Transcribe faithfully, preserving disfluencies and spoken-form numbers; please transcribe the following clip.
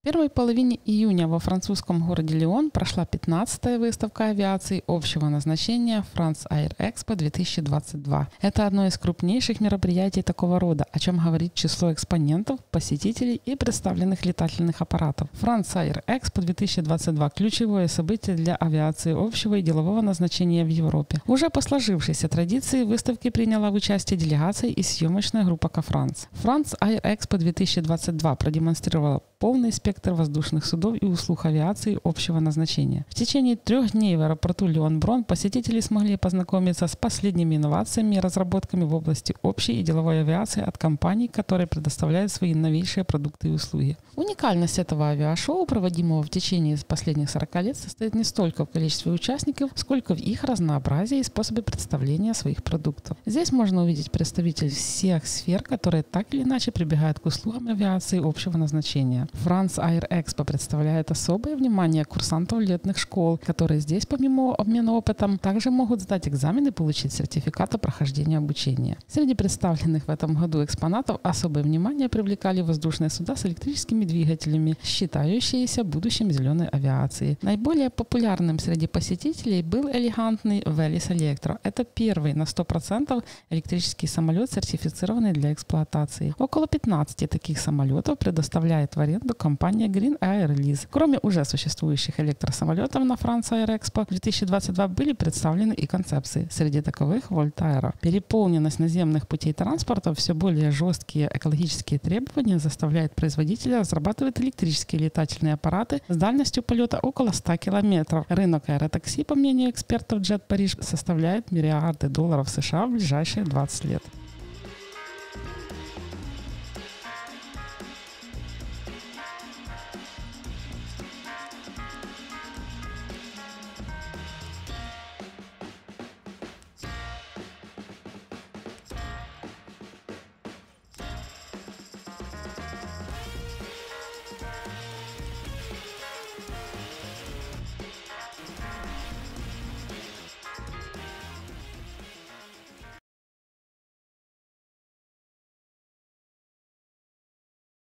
В первой половине июня во французском городе Лион прошла пятнадцатая выставка авиации общего назначения France Air Expo две тысячи двадцать два. Это одно из крупнейших мероприятий такого рода, о чем говорит число экспонентов, посетителей и представленных летательных аппаратов. France Air Expo две тысячи двадцать два – ключевое событие для авиации общего и делового назначения в Европе. Уже по сложившейся традиции в выставке приняла участие делегация и съемочная группа Ка-Франс. France Air Expo две тысячи двадцать два продемонстрировала полный спектр воздушных судов и услуг авиации общего назначения. В течение трех дней в аэропорту Лион-Брон посетители смогли познакомиться с последними инновациями и разработками в области общей и деловой авиации от компаний, которые предоставляют свои новейшие продукты и услуги. Уникальность этого авиашоу, проводимого в течение последних сорока лет, состоит не столько в количестве участников, сколько в их разнообразии и способе представления своих продуктов. Здесь можно увидеть представителей всех сфер, которые так или иначе прибегают к услугам авиации общего назначения. France Air Expo представляет особое внимание курсантов летных школ, которые здесь, помимо обмена опытом, также могут сдать экзамен и получить сертификат о прохождении обучения. Среди представленных в этом году экспонатов особое внимание привлекали воздушные суда с электрическими двигателями, считающиеся будущим зеленой авиации. Наиболее популярным среди посетителей был элегантный Velis Electro. Это первый на сто процентов электрический самолет, сертифицированный для эксплуатации. Около пятнадцати таких самолетов предоставляет в аренду компания Green Air Lease. Кроме уже существующих электросамолетов на France Air Expo две тысячи двадцать два были представлены и концепции. Среди таковых Voltaire. Переполненность наземных путей транспорта, все более жесткие экологические требования заставляют производителя разрабатывать электрические летательные аппараты с дальностью полета около ста километров. Рынок аэротакси, по мнению экспертов Jet Paris, составляет миллиарды долларов США в ближайшие двадцать лет.